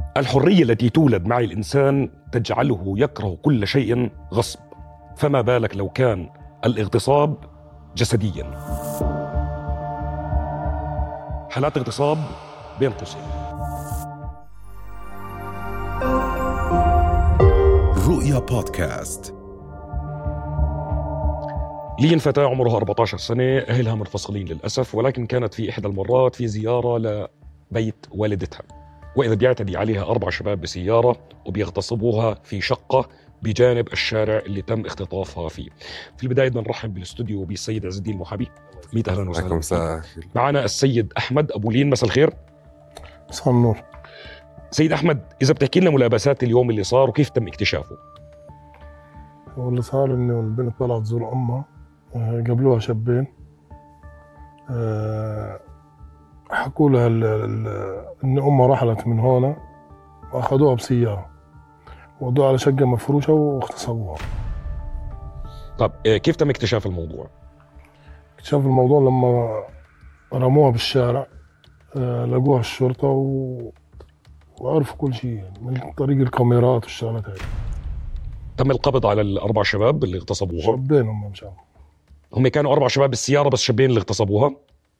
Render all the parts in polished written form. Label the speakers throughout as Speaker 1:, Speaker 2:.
Speaker 1: الحرية التي تولد مع الإنسان تجعله يكره كل شيء غصب، فما بالك لو كان الاغتصاب جسديا. حالات اغتصاب بين قوسين.
Speaker 2: رؤيا بودكاست.
Speaker 1: لين فتاة عمرها 14 سنة، أهلها منفصلين للأسف، ولكن كانت في إحدى المرات في زيارة لبيت والدتها، وإذا بيعتدي عليها 4 شباب بسيارة وبيغتصبوها في شقة بجانب الشارع اللي تم اختطافها فيه. في البداية بدنا نرحب بالاستوديو بالسيد عز الدين المحابي. ميت أهلا وسهلا. معنا السيد أحمد أبو لين، مساء الخير.
Speaker 3: مساء النور.
Speaker 1: سيد أحمد، إذا بتحكي لنا ملابسات اليوم اللي صار وكيف تم اكتشافه.
Speaker 3: واللي صار إنه البنت طلعت تزور أمها، قابلوها شابين، حكوا لها إن أمها رحلت من هنا وأخذوها بسيارة وودوها على شقة مفروشة واغتصبوها.
Speaker 1: طب كيف تم اكتشاف الموضوع؟
Speaker 3: اكتشاف الموضوع لما رموها بالشارع، لقوها الشرطة وعرفوا كل شيء من طريق الكاميرات والشغلات هاي.
Speaker 1: تم القبض على ال4 شباب اللي اغتصبوها.
Speaker 3: شابين هم إن شاء الله.
Speaker 1: هم كانوا 4 شباب بالسيارة بس شابين اللي اغتصبوها؟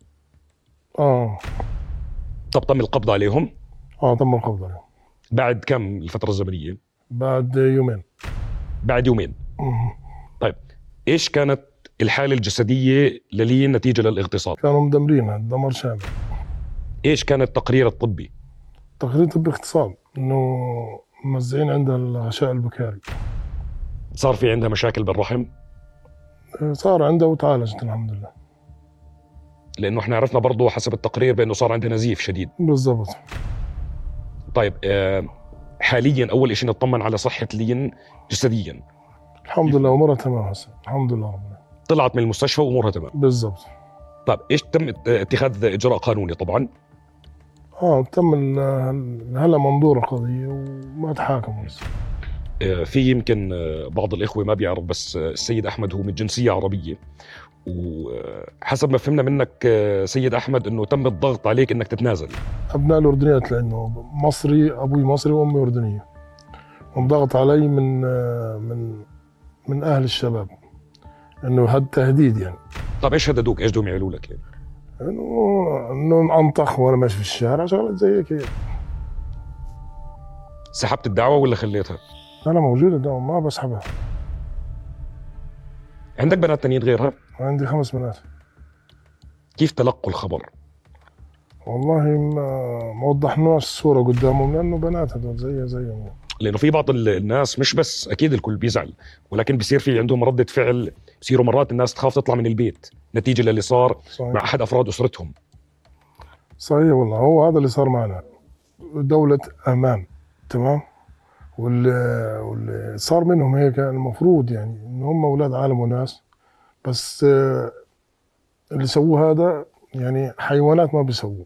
Speaker 1: طب تم القبض عليهم؟
Speaker 3: تم القبض عليهم.
Speaker 1: بعد كم الفترة الزمنية؟
Speaker 3: بعد يومين.
Speaker 1: بعد يومين. طيب إيش كانت الحالة الجسدية للين نتيجة للاغتصاب؟
Speaker 3: كانوا مدمرين دمر شامل.
Speaker 1: إيش كان التقرير الطبي؟
Speaker 3: تقرير طبي اغتصاب، إنه موزعين عندها الغشاء البكاري.
Speaker 1: صار في عندها مشاكل بالرحم؟
Speaker 3: صار عندها وتعالجت الحمد لله.
Speaker 1: لأنه احنا عرفنا برضو حسب التقرير بأنه صار عندها نزيف شديد.
Speaker 3: بالضبط.
Speaker 1: طيب حاليا أول إشي نطمن على صحة لين جسديا.
Speaker 3: الحمد لله أمورها تمام هسه، الحمد لله ربنا.
Speaker 1: طلعت من المستشفى وأمورها تمام.
Speaker 3: بالضبط.
Speaker 1: طيب إيش تم اتخاذ إجراء قانوني طبعا؟
Speaker 3: تم هلا منظور القضية وما تحاكموا لسه.
Speaker 1: في يمكن بعض الإخوة ما بيعرف، بس السيد أحمد هو من جنسية عربية، وحسب ما فهمنا منك سيد أحمد أنه تم الضغط عليك أنك تتنازل.
Speaker 3: أبناء الأردنيات، لأنه مصري، أبوي مصري وأمي أردنية، وانضغط علي من أهل الشباب أنه هذا تهديد يعني.
Speaker 1: طب إيش هددوك؟ إيش دوم يعملوا لك يعني؟
Speaker 3: إنه أنطخ وأنا ماشي في الشارع، شغلات زي هيك.
Speaker 1: سحبت الدعوة ولا خليتها؟
Speaker 3: أنا موجودة الدعوة، ما بسحبها.
Speaker 1: عندك بنات تانيين غيرها؟
Speaker 3: عندي 5 بنات.
Speaker 1: كيف تلقوا الخبر؟
Speaker 3: والله ما وضحناش الصورة قدامهم، لأنه بنات هدول زيهم.
Speaker 1: لأنه في بعض الناس، مش بس أكيد الكل بيزعل، ولكن بيصير في عندهم ردة فعل، بيصيروا مرات الناس تخاف تطلع من البيت نتيجة للي صار. صحيح. مع أحد أفراد أسرتهم.
Speaker 3: صحيح والله، هو هذا اللي صار معنا. دولة أمان، تمام. واللي صار منهم هيك المفروض يعني إن هم أولاد عالم وناس، بس اللي سووه هذا يعني حيوانات ما بيسووه.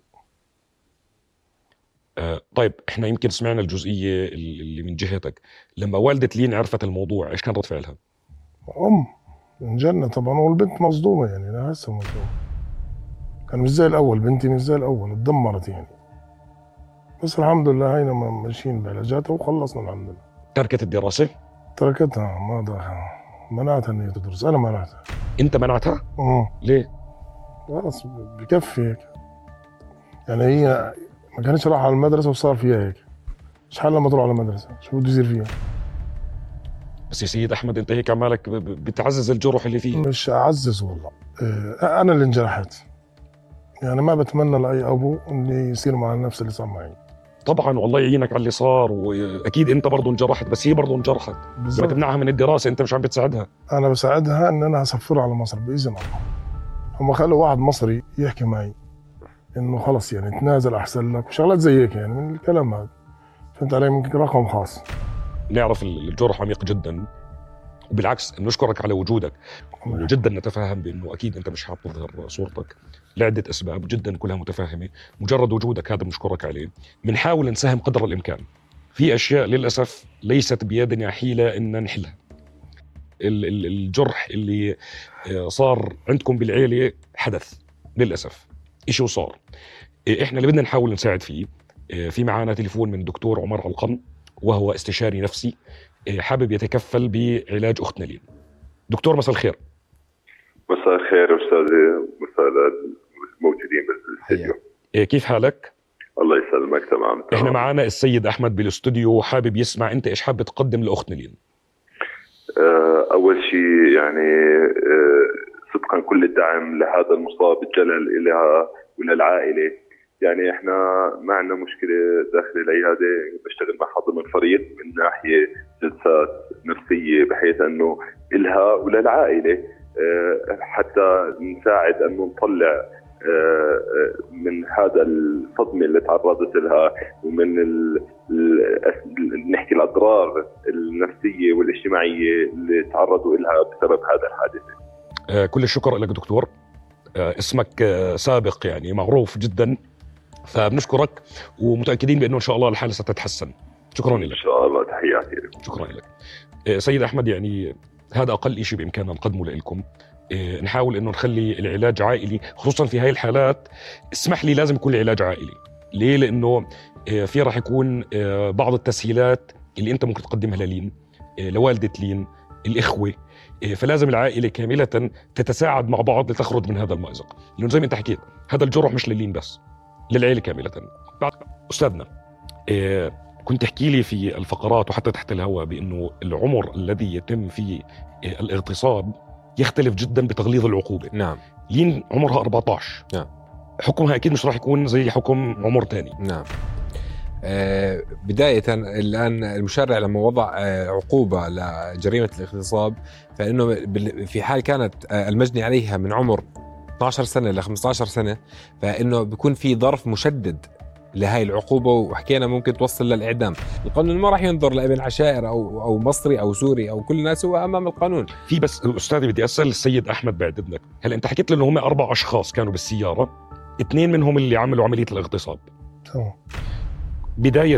Speaker 1: طيب احنا يمكن سمعنا الجزئية اللي من جهتك. لما والدة لين عرفت الموضوع ايش كان رد فعلها؟
Speaker 3: انجنة طبعا، والبنت مصدومة يعني. انا هسه مصدومة، كان مش زي الاول، بنتي مش زي الاول، اتدمرت يعني. بس الحمد لله هينا ماشيين بعلاجاتها وخلصنا الحمد لله.
Speaker 1: تركت الدراسة؟
Speaker 3: تركتها، ما ضاعها، منعتها ان هي تدرس. انا منعتها.
Speaker 1: انت منعتها؟ ليه؟
Speaker 3: خلاص بكفي هيك يعني. هي ما كانتش رايحة على المدرسة وصار فيها هيك. مش حال لما تروح على المدرسة، شو بده يصير فيها؟
Speaker 1: بس يا سيد أحمد أنت هيك عمالك بتعزز الجرح اللي فيه.
Speaker 3: مش أعزز والله، أنا اللي انجرحت يعني. ما بتمنى لأي أبو إني يصير مع نفس اللي صار معي.
Speaker 1: طبعا والله يعينك على اللي صار، وأكيد أنت برضو انجرحت، بس هي برضو انجرحت. لما تمنعها من الدراسة أنت مش عم بتساعدها.
Speaker 3: أنا بساعدها إن أنا هسفرها على مصر بإذن الله. هم خلوا واحد مصري يحكي معي إنه خلص يعني تنازل أحسن لك وشغلات زي هيك يعني، من الكلام هذا. فهمت علي؟ من رقم خاص.
Speaker 1: نعرف الجرح عميق جدا، وبالعكس نشكرك على وجودك، وجدا نتفاهم بأنه أكيد أنت مش حابب تظهر صورتك لعدة أسباب جدا كلها متفاهمة. مجرد وجودك هذا بنشكرك عليه. بنحاول نساهم قدر الإمكان. في أشياء للأسف ليست بيدنا حيلة إن نحلها. الجرح اللي صار عندكم بالعيلة حدث للأسف، إشي وصار. إحنا اللي بدنا نحاول نساعد فيه في معنا تليفون من الدكتور عمر علقم، وهو استشاري نفسي حابب يتكفل بعلاج أختنا لين. دكتور مساء الخير.
Speaker 4: مساء الخير أستاذي، مساء الموجودين بالاستديو.
Speaker 1: كيف حالك؟
Speaker 4: الله يسلمك. تمام.
Speaker 1: احنا معنا السيد أحمد بالاستوديو، حابب يسمع أنت إيش حابب تقدم لأختنا لين.
Speaker 4: أول شيء يعني صدقا كل الدعم لهذا المصاب الجلل إلها وللعائلة. يعني احنا ما عندنا مشكلة داخل العيادة، بشتغل مع حد من فريق من ناحية جلسات نفسية بحيث انه إلها وللعائلة حتى نساعد انه نطلع من هذا الصدمة اللي تعرضت لها ومن نحكي الأضرار النفسية والاجتماعية اللي تعرضوا لها بسبب هذا الحادثة.
Speaker 1: كل الشكر لك دكتور. اسمك سابق يعني معروف جدا، فبنشكرك ومتأكدين بأنه إن شاء الله الحالة ستتحسن. شكرا لك.
Speaker 4: إن شاء الله، تحياتي لك.
Speaker 1: شكرا لك سيد أحمد. يعني هذا أقل شيء بإمكاننا نقدمه لكم. نحاول إنه نخلي العلاج عائلي، خصوصا في هاي الحالات. اسمح لي، لازم يكون العلاج عائلي. ليه؟ لأنه في راح يكون بعض التسهيلات اللي أنت ممكن تقدمها للين، لوالدة لين، الإخوة، فلازم العائلة كاملة تتساعد مع بعض لتخرج من هذا المأزق. لأنه زي ما أنت حكيت هذا الجرح مش للين بس، للعائلة كاملة. أستاذنا كنت تحكي لي في الفقرات وحتى تحت الهواء بأنه العمر الذي يتم فيه الاغتصاب يختلف جدا بتغليظ العقوبة.
Speaker 5: نعم.
Speaker 1: لين عمرها 14.
Speaker 5: نعم.
Speaker 1: حكمها أكيد مش راح يكون زي حكم عمر تاني.
Speaker 5: نعم. بداية الآن المشرع لما وضع عقوبة لجريمة الاغتصاب، فإنه في حال كانت المجني عليها من عمر 12 سنة إلى 15 سنة، فإنه بيكون في ظرف مشدد لهاي العقوبة، وحكينا ممكن توصل للإعدام. القانون ما راح ينظر لابن عشائر أو مصري أو سوري أو كل الناس، هو أمام القانون.
Speaker 1: في بس أستاذي بدي أسأل السيد أحمد بعد إذنك، هل أنت حكيت لأنه هم 4 أشخاص كانوا بالسيارة، 2 منهم اللي عملوا عملية الاغتصاب.
Speaker 3: تمام.
Speaker 1: بداية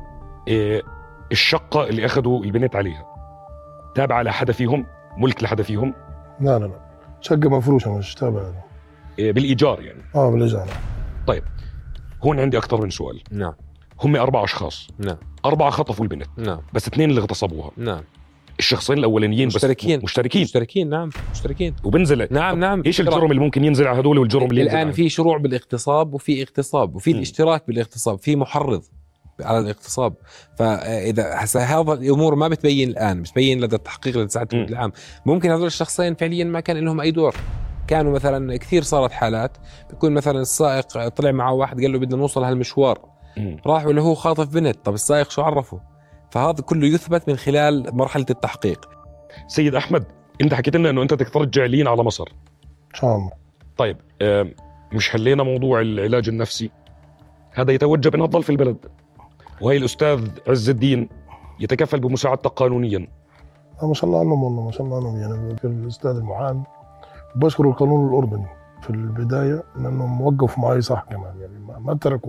Speaker 1: الشقة اللي أخذوا البنت عليها تابعة لحدا فيهم؟ ملك لحدا فيهم؟
Speaker 3: لا شقة مفروشة مش تابعة.
Speaker 1: بالإيجار يعني؟
Speaker 3: بالإيجار.
Speaker 1: طيب هون عندي أكثر من سؤال.
Speaker 5: نعم.
Speaker 1: هم 4 أشخاص.
Speaker 5: نعم.
Speaker 1: 4 خطفوا البنت.
Speaker 5: نعم.
Speaker 1: بس 2 اللي اغتصبوها.
Speaker 5: نعم.
Speaker 1: الشخصين الأولانيين
Speaker 5: مشتركين.
Speaker 1: بس مشتركين.
Speaker 5: نعم مشتركين.
Speaker 1: وبنزل.
Speaker 5: نعم.
Speaker 1: إيش الجرم اللي ممكن ينزل على هذول والجرم اللي
Speaker 5: الآن في شروع بالاغتصاب وفي اغتصاب وفي الاشتراك بالاغتصاب، في محرض على الاغتصاب. فإذا هذا الأمور ما بتبين الآن، بتبين لدى التحقيق لدى ساعة العام. ممكن هذول الشخصين فعليا ما كان لهم أي دور. كانوا مثلا كثير صارت حالات بيكون مثلا السائق طلع معه واحد قال له بدنا نوصل هالمشوار، راح ولا هو خاطف بنت. طب السائق شو عرفه؟ فهذا كله يثبت من خلال مرحلة التحقيق.
Speaker 1: سيد أحمد، أنت حكيت لنا أنه أنت بدك ترجع لين على مصر
Speaker 3: إن شاء الله.
Speaker 1: طيب مش حلينا موضوع العلاج النفسي؟ هذا يتوجب أنها تضل في البلد، وهي الأستاذ عز الدين يتكفل بمساعدتك قانونيا.
Speaker 3: ما شاء الله عنهم، والله ما شاء الله عنهم. يعني الأستاذ المحامي بشكر القانون الأردني في البداية لأنهم وقفوا معي صح كمان، يعني ما تركوا.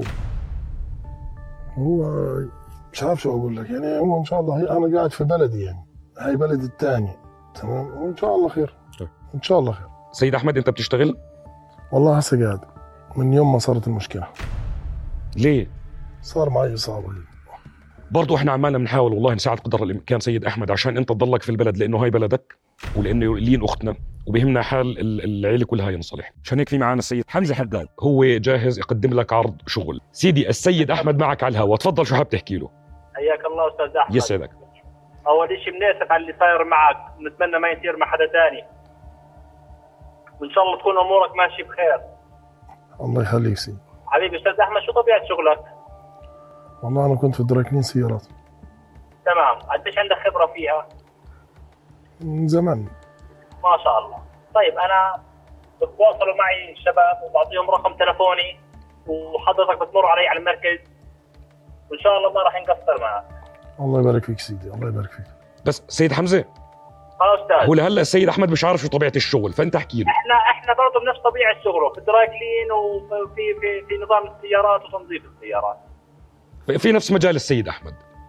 Speaker 3: هو مش عارف شو أقول لك، يعني هو إن شاء الله أنا قاعد في بلدي، يعني هاي بلدي الثاني. تمام. وإن شاء الله خير. إن شاء الله خير.
Speaker 1: سيد أحمد أنت بتشتغل؟
Speaker 3: والله هسه قاعد من يوم ما صارت المشكلة.
Speaker 1: ليه؟
Speaker 3: صار معي إصابة.
Speaker 1: برضو احنا عمالنا بنحاول والله نساعد قدر الامكان سيد احمد عشان انت تضلك في البلد، لانه هاي بلدك ولانه لين اختنا وبهمنا حال العيله كلها ينصلح. عشان هيك في معنا السيد حمزه حداد، هو جاهز يقدم لك عرض شغل. سيدي السيد احمد معك على الهواء، تفضل شو حاب تحكي له.
Speaker 6: حياك الله استاذ احمد.
Speaker 1: يسعدك.
Speaker 6: اول شيء بناسف على اللي صاير معك، نتمنى ما يصير مع حدا ثاني، وان شاء الله تكون امورك ماشيه بخير.
Speaker 3: الله يخليك سيدي.
Speaker 6: حبيبي استاذ احمد، شو طبيعه شغلك؟
Speaker 3: والله أنا كنت في دراكلين سيارات.
Speaker 6: تمام. قديش عندك خبرة فيها؟
Speaker 3: من زمان.
Speaker 6: ما شاء الله. طيب أنا بتواصلوا معي الشباب وبعطيهم رقم تلفوني، وحضرتك بتمر علي على المركز، وإن شاء الله ما راح نقصر معك. الله
Speaker 3: يبارك فيك سيدي، الله يبارك فيك.
Speaker 1: بس سيد حمزة،
Speaker 6: أستاذ،
Speaker 1: هو لهلا السيد أحمد مش عارف شو طبيعة الشغل، فأنت احكي له.
Speaker 6: إحنا برضه بنفس طبيعة شغله، في الدرايكلين وفي في في نظام السيارات وتنظيف السيارات.
Speaker 1: في نفس مجال السيد أحمد.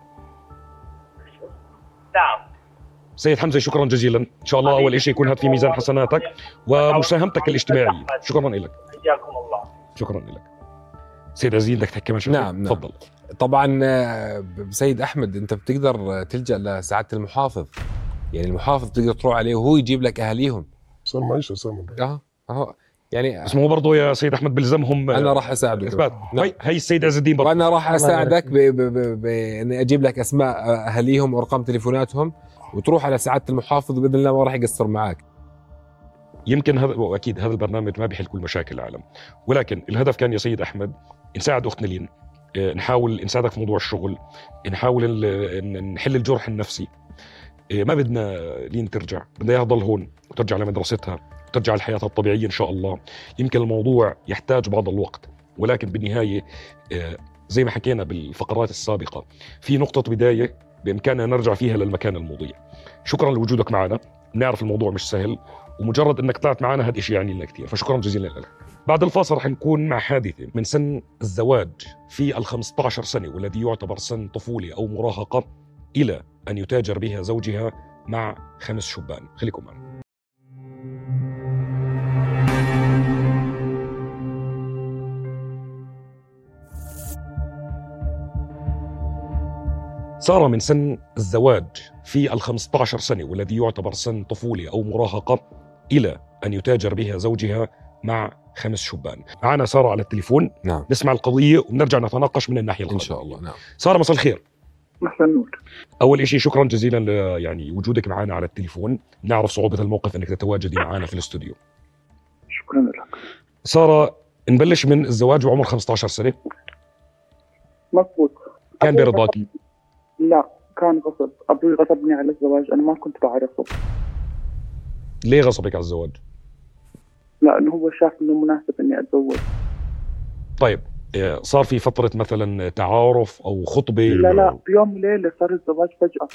Speaker 6: نعم.
Speaker 1: سيد حمزة شكرا جزيلا، إن شاء الله أول شيء يكون هذا في ميزان حسناتك ومساهمتك الاجتماعية. شكرا لك.
Speaker 6: حياكم الله.
Speaker 1: شكرا لك. سيد عزيز بدك تحكي مشاكل؟
Speaker 5: نعم.
Speaker 1: تفضل.
Speaker 5: طبعا سيد أحمد، أنت بتقدر تلجأ لسعادة المحافظ، يعني المحافظ تقدر تروح عليه وهو يجيب لك أهاليهم.
Speaker 3: صار معيش أسامي.
Speaker 5: يعني
Speaker 1: بس هو برضه يا سيد أحمد بلزمهم
Speaker 5: أنا راح أساعدك.
Speaker 1: إثبات.
Speaker 5: نعم.
Speaker 1: هي السيد عز الدين برضه.
Speaker 5: وأنا راح أساعدك بإني أجيب لك أسماء أهاليهم وأرقام تليفوناتهم، وتروح على سعادة المحافظ بإذن الله ما راح يقصر معك.
Speaker 1: يمكن هذا، واكيد هذا البرنامج ما بيحل كل مشاكل العالم، ولكن الهدف كان يا سيد احمد نساعد اختنا لين، نحاول نساعدك في موضوع الشغل، نحاول نحل الجرح النفسي. ما بدنا لين ترجع، بدنا اياها تضل هون وترجع لمدرستها وترجع لحياتها الطبيعيه ان شاء الله. يمكن الموضوع يحتاج بعض الوقت، ولكن بالنهايه زي ما حكينا بالفقرات السابقه في نقطه بدايه بامكاننا نرجع فيها للمكان المضيع. شكرا لوجودك معنا، نعرف الموضوع مش سهل، ومجرد انك طلعت معنا هذا الشيء يعني لنا كثير، فشكرا جزيلا لك. بعد الفاصل رح نكون مع حادثه من سن الزواج في ال15 سنه، والذي يعتبر سن طفوله او مراهقه، الى ان يتاجر بها زوجها مع 5 شبان. خليكم معنا. سارة من سن الزواج في ال15 سنة، والذي يعتبر سن طفولة أو مراهقة، إلى أن يتاجر بها زوجها مع 5 شبان. معنا سارة على التليفون.
Speaker 5: نعم.
Speaker 1: نسمع القضية ونرجع نتناقش من الناحية
Speaker 5: إن
Speaker 1: القانونية.
Speaker 5: شاء الله. نعم.
Speaker 1: سارة مساء الخير.
Speaker 7: مساء النور.
Speaker 1: أول شيء شكرا جزيلا يعني وجودك معنا على التليفون، نعرف صعوبة الموقف أنك تتواجدي معنا في الاستوديو.
Speaker 7: شكرا لك.
Speaker 1: سارة، نبلش من الزواج وعمر 15 سنة.
Speaker 7: مضبوط.
Speaker 1: كان برضاك؟
Speaker 7: لا، كان غصب. أبوي غصبني على الزواج، أنا ما كنت بعرفه.
Speaker 1: ليه غصبك على الزواج؟
Speaker 7: لأنه هو شاف إنه مناسب إني أتزوج.
Speaker 1: طيب صار في فترة مثلا تعارف أو خطبة؟
Speaker 7: لا، بيوم وليلة صار الزواج فجأة.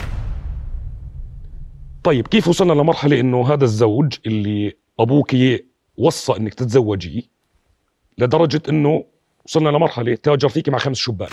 Speaker 1: طيب كيف وصلنا لمرحلة إنه هذا الزوج اللي أبوك وصى إنك تتزوجي لدرجة إنه وصلنا لمرحلة تاجر فيك مع 5 شبان؟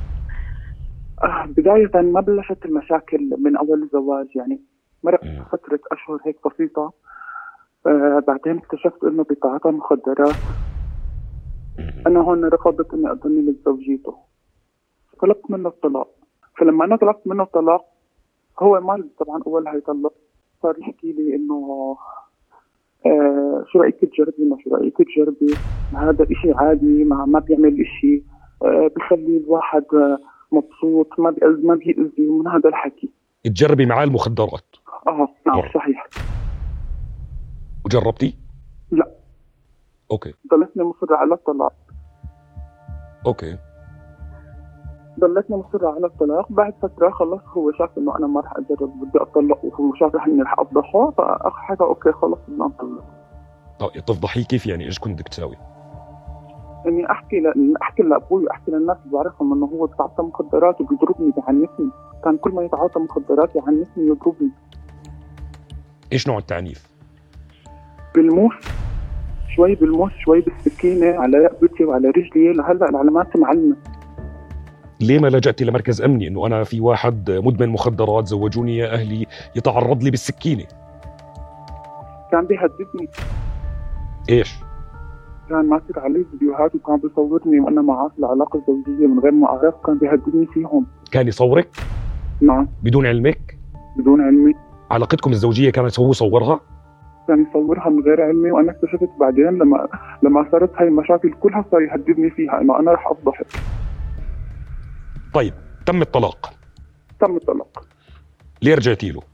Speaker 7: بداية ما بلشت المشاكل من أول الزواج، يعني مرق فترة أشهر هيك بسيطة. بعدين اكتشفت إنه بيتعاطى مخدرات. أنا هون رفضت إني أضلني لزوجيته، طلبت منه الطلاق. فلما أنا طلبت منه الطلاق هو ما رد طبعا أولها يطلق، صار يحكي لي إنه شو رأيك تجربي، ما شو رأيك تجربي، هذا إشي عادي، ما بيعمل إشي، بيخلي الواحد مبسوط، ما بيأذي، من هذا الحكي.
Speaker 1: تجربي معاه المخدرات؟
Speaker 7: نعم صحيح.
Speaker 1: وجربتي؟
Speaker 7: لا.
Speaker 1: اوكي.
Speaker 7: ضلتني مصرة على الطلاق.
Speaker 1: اوكي.
Speaker 7: ضلتني مصرة على الطلاق. بعد فترة خلص هو شاف انه انا ما رح اجرب، بدي اطلق، وهو شاف اني رح افضحه، فحكى اوكي خلص بدنا نطلق.
Speaker 1: طيب تفضحيه كيف يعني؟ ايش كنت بدك تساوي؟
Speaker 7: اني احكي لابوي واحكي للناس اللي بعرفهم انه هو بيتعاطى مخدرات وبيضربني بيعنفني. كان كل ما يتعاطى مخدرات يعنفني ويضربني.
Speaker 1: ايش نوع التعنيف؟
Speaker 7: بالموس، شوي بالموس، شوي بالسكينة على رقبتي وعلى رجلي، لهلا العلامات معلمة.
Speaker 1: ليه ما لجأتي لمركز أمني إنه أنا في واحد مدمن مخدرات زوجوني يا أهلي يتعرض لي بالسكينة؟
Speaker 7: كان بيهددني.
Speaker 1: إيش؟
Speaker 7: كان ماسك علي فيديوهات وكان بيصورني وأنا معاه في العلاقة الزوجية من غير ما أعرف، كان بيهددني فيهم.
Speaker 1: كان يصورك؟
Speaker 7: نعم.
Speaker 1: بدون علمك؟
Speaker 7: بدون علمي.
Speaker 1: علاقتكم الزوجية كانت هو صورها؟
Speaker 7: كان يصورها من غير علمي، وأنا اكتشفت بعدين لما صارت هاي المشاكل كلها صار يهددني فيها إنه أنا رح أفضحك.
Speaker 1: طيب تم الطلاق؟
Speaker 7: تم الطلاق.
Speaker 1: ليه رجعتي له؟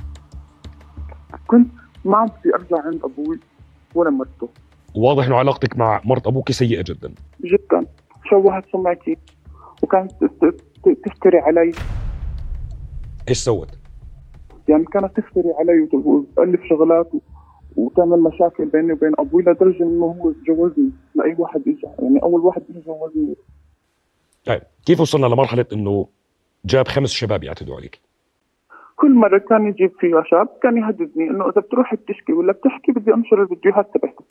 Speaker 7: كنت ما عم بدي أرجع عند أبوي ولا مرته.
Speaker 1: واضح إنه علاقتك مع مرت أبوك سيئة جدا.
Speaker 7: جدا. شوهت سمعتي وكانت تفتري علي.
Speaker 1: إيش سوت؟
Speaker 7: يعني كانت تفتري علي وتألف شغلات وتعمل مشاكل بيني وبين أبوي، لدرجة إنه هو تجوزني لأي واحد إجا، يعني أول واحد يتجوزني.
Speaker 1: طيب كيف وصلنا لمرحلة إنه جاب 5 شباب يعتدوا عليك؟
Speaker 7: كل مرة كان يجيب فيها شاب كان يهددني إنه إذا بتروح بتشكي ولا بتحكي بدي أنشر الفيديوهات تبعتك.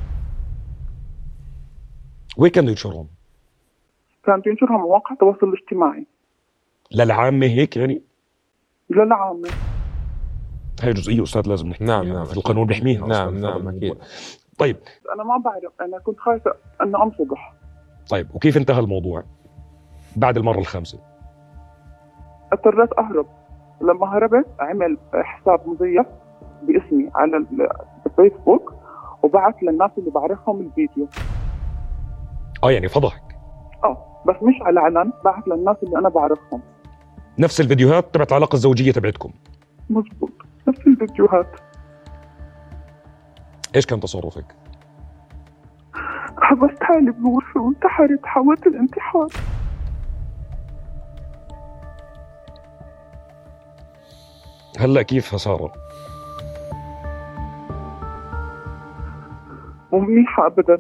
Speaker 1: وين كانوا ينشرهم؟
Speaker 7: كانت ينشرها مواقع التواصل الاجتماعي.
Speaker 1: للعامة هيك يعني؟
Speaker 7: للعامة.
Speaker 1: هاي جزئية أستاذ لازم نحكي.
Speaker 5: نعم.
Speaker 1: في القانون بيحميها.
Speaker 5: نعم أكيد.
Speaker 1: طيب
Speaker 7: أنا ما بعرف، أنا كنت خايفة أن أنفضح.
Speaker 1: طيب وكيف انتهى الموضوع بعد المرة الخامسة؟
Speaker 7: اضطريت أهرب. لما هربت عمل حساب مزيف باسمي على الفيسبوك وبعث للناس اللي بعرفهم الفيديو.
Speaker 1: يعني فضحك؟
Speaker 7: بس مش على علن، بعث للناس اللي أنا بعرفهم.
Speaker 1: نفس الفيديوهات تبعت العلاقة الزوجية تبعتكم؟
Speaker 7: مزبوط، نفس الفيديوهات.
Speaker 1: ايش كان تصرفك؟
Speaker 7: حبست حالي بغرفة وانتحرت، حاولت الانتحار.
Speaker 1: هلا كيف سارة؟
Speaker 7: مو منيحة أبدا.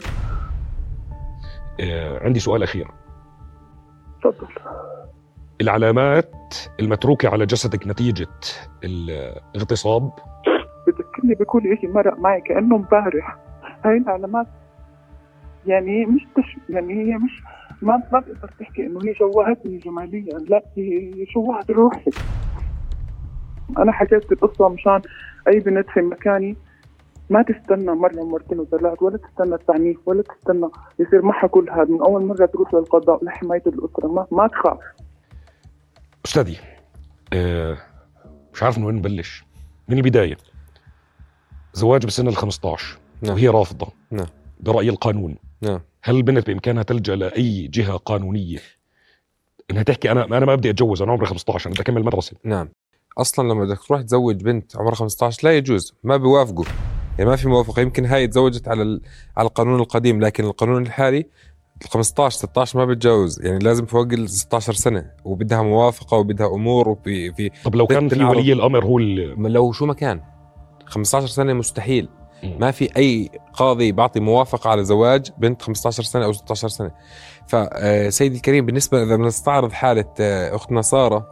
Speaker 1: عندي سؤال أخير.
Speaker 7: تفضل.
Speaker 1: العلامات المتروكة على جسدك نتيجة الاغتصاب
Speaker 7: بذكرني بكل شيء مرق معي كأنه مبارح. هاي العلامات يعني مش يعني هي مش ما بقدر تحكي إنه هي شوهتني جماليا، لا هي شوهت روحي. أنا حكيت القصة مشان أي بنت في مكاني ما تستنى مرة ومرتين وثلاث، ولا تستنى التعنيف، ولا تستنى يصير معها كل هذا. من أول مرة تروح للقضاء لحماية الأسرة ما تخاف.
Speaker 1: أستاذي مش عارف من وين نبلش. من البداية، زواج بسن 15 وهي رافضة برأي القانون، هل البنت بإمكانها تلجأ لأي جهة قانونية إنها تحكي أنا ما بدي أتجوز، أنا عمري 15، أنا بدي أكمل مدرسة؟
Speaker 5: نعم. أصلا لما بدك تروح تزوج بنت عمرها 15 لا يجوز، ما بيوافقوا، يعني ما في موافقة. يمكن هاي تزوجت على القانون القديم، لكن القانون الحالي 15 16 ما بتجوز، يعني لازم فوق ال 16 سنة وبدها موافقة وبدها أمور في.
Speaker 1: طب لو كان في ولي الأمر هو
Speaker 5: لو شو ما كان 15 سنة مستحيل. ما في أي قاضي بعطي موافقة على زواج بنت 15 سنة أو 16 سنة. فسيدي الكريم، بالنسبة إذا بنستعرض حالة أختنا سارة،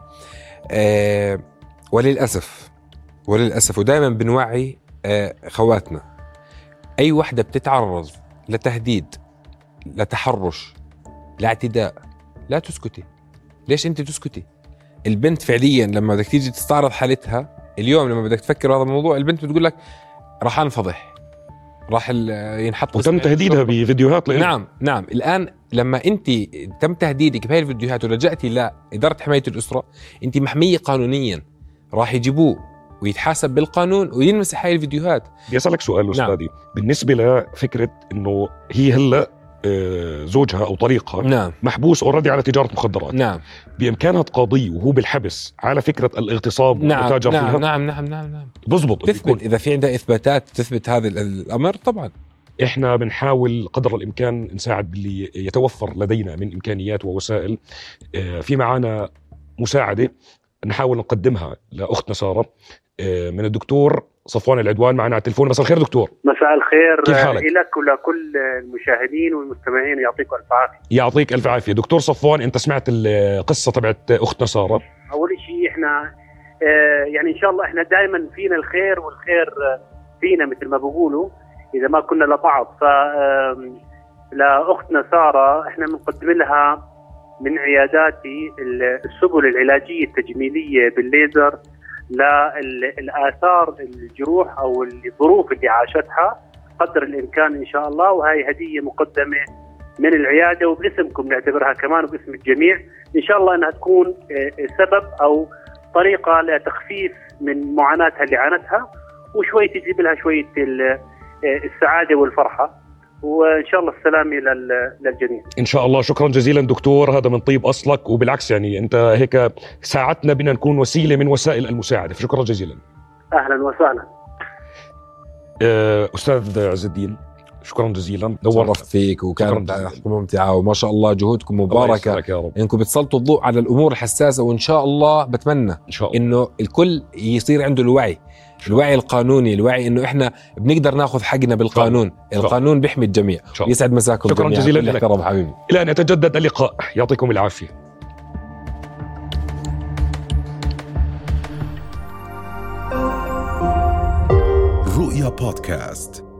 Speaker 5: وللأسف ودائما بنوعي خواتنا، أي وحدة بتتعرض لتهديد، لتحرش، لاعتداء، لا تسكتي. ليش أنت تسكتي؟ البنت فعليا لما بدك تيجي تستعرض حالتها اليوم، لما بدك تفكر هذا الموضوع، البنت بتقول لك راح أنفضح، راح ينحط،
Speaker 1: وتم تهديدها بفيديوهات
Speaker 5: نعم. الآن لما أنت تم تهديدك بهاي الفيديوهات ولجأتي لإدارة حماية الأسرة، أنت محمية قانونيا، راح يجيبوه ويتحاسب بالقانون وينمسح هاي الفيديوهات.
Speaker 1: بدي أسألك سؤال أستاذي. بالنسبة لفكرة إنه هي هلأ زوجها أو طريقها محبوس أوريدي على تجارة مخدرات، بإمكانها تقاضيه وهو بالحبس على فكرة الاغتصاب والمتاجر فيها؟
Speaker 5: نعم.
Speaker 1: بضبط.
Speaker 5: تثبت إذا في عندها إثباتات تثبت هذا الأمر. طبعا
Speaker 1: إحنا بنحاول قدر الإمكان نساعد باللي يتوفر لدينا من إمكانيات ووسائل. في معنا مساعدة نحاول نقدمها لأختنا سارة من الدكتور صفوان العدوان معنا على التليفون. مساء الخير دكتور.
Speaker 8: مساء الخير.
Speaker 1: كيف حالك؟
Speaker 8: لك ولكل المشاهدين والمستمعين، يعطيكم ألف عافية.
Speaker 1: يعطيك ألف عافية. دكتور صفوان، أنت سمعت القصة تبعت أختنا سارة؟
Speaker 8: أول شيء إحنا يعني إن شاء الله إحنا دائما فينا الخير، والخير فينا مثل ما بقولوا إذا ما كنا لبعض. لأختنا سارة إحنا بنقدم لها من عياداتي السبل العلاجية التجميلية بالليزر للآثار الجروح أو الظروف اللي عاشتها قدر الإمكان إن شاء الله. وهي هدية مقدمة من العيادة وباسمكم، نعتبرها كمان وباسم الجميع إن شاء الله أنها تكون سبب أو طريقة لتخفيف من معاناتها اللي عانتها، وشوي تجيب لها شوية السعادة والفرحة، وإن شاء الله السلامة للجميع
Speaker 1: إن شاء الله. شكرا جزيلا دكتور، هذا من طيب أصلك، وبالعكس يعني أنت هيك ساعدتنا بنا نكون وسيلة من وسائل المساعدة، فشكرا جزيلا.
Speaker 8: أهلا وسهلا.
Speaker 1: أستاذ عز الدين، شكرا جزيلا،
Speaker 5: نورت فيك وكانت ممتعة، وما شاء الله جهودكم مباركة إنكم بتسلطوا الضوء على الأمور الحساسة. وإن شاء الله بتمنى إن شاء الله إنه الكل يصير عنده الوعي القانوني، الوعي إنه إحنا بنقدر ناخذ حقنا بالقانون. القانون بيحمي الجميع. يسعد مساكم.
Speaker 1: شكرا جزيلا لك
Speaker 5: حبيبي.
Speaker 1: إلى أن يتجدد اللقاء، يعطيكم العافية.
Speaker 2: رؤيا بودكاست.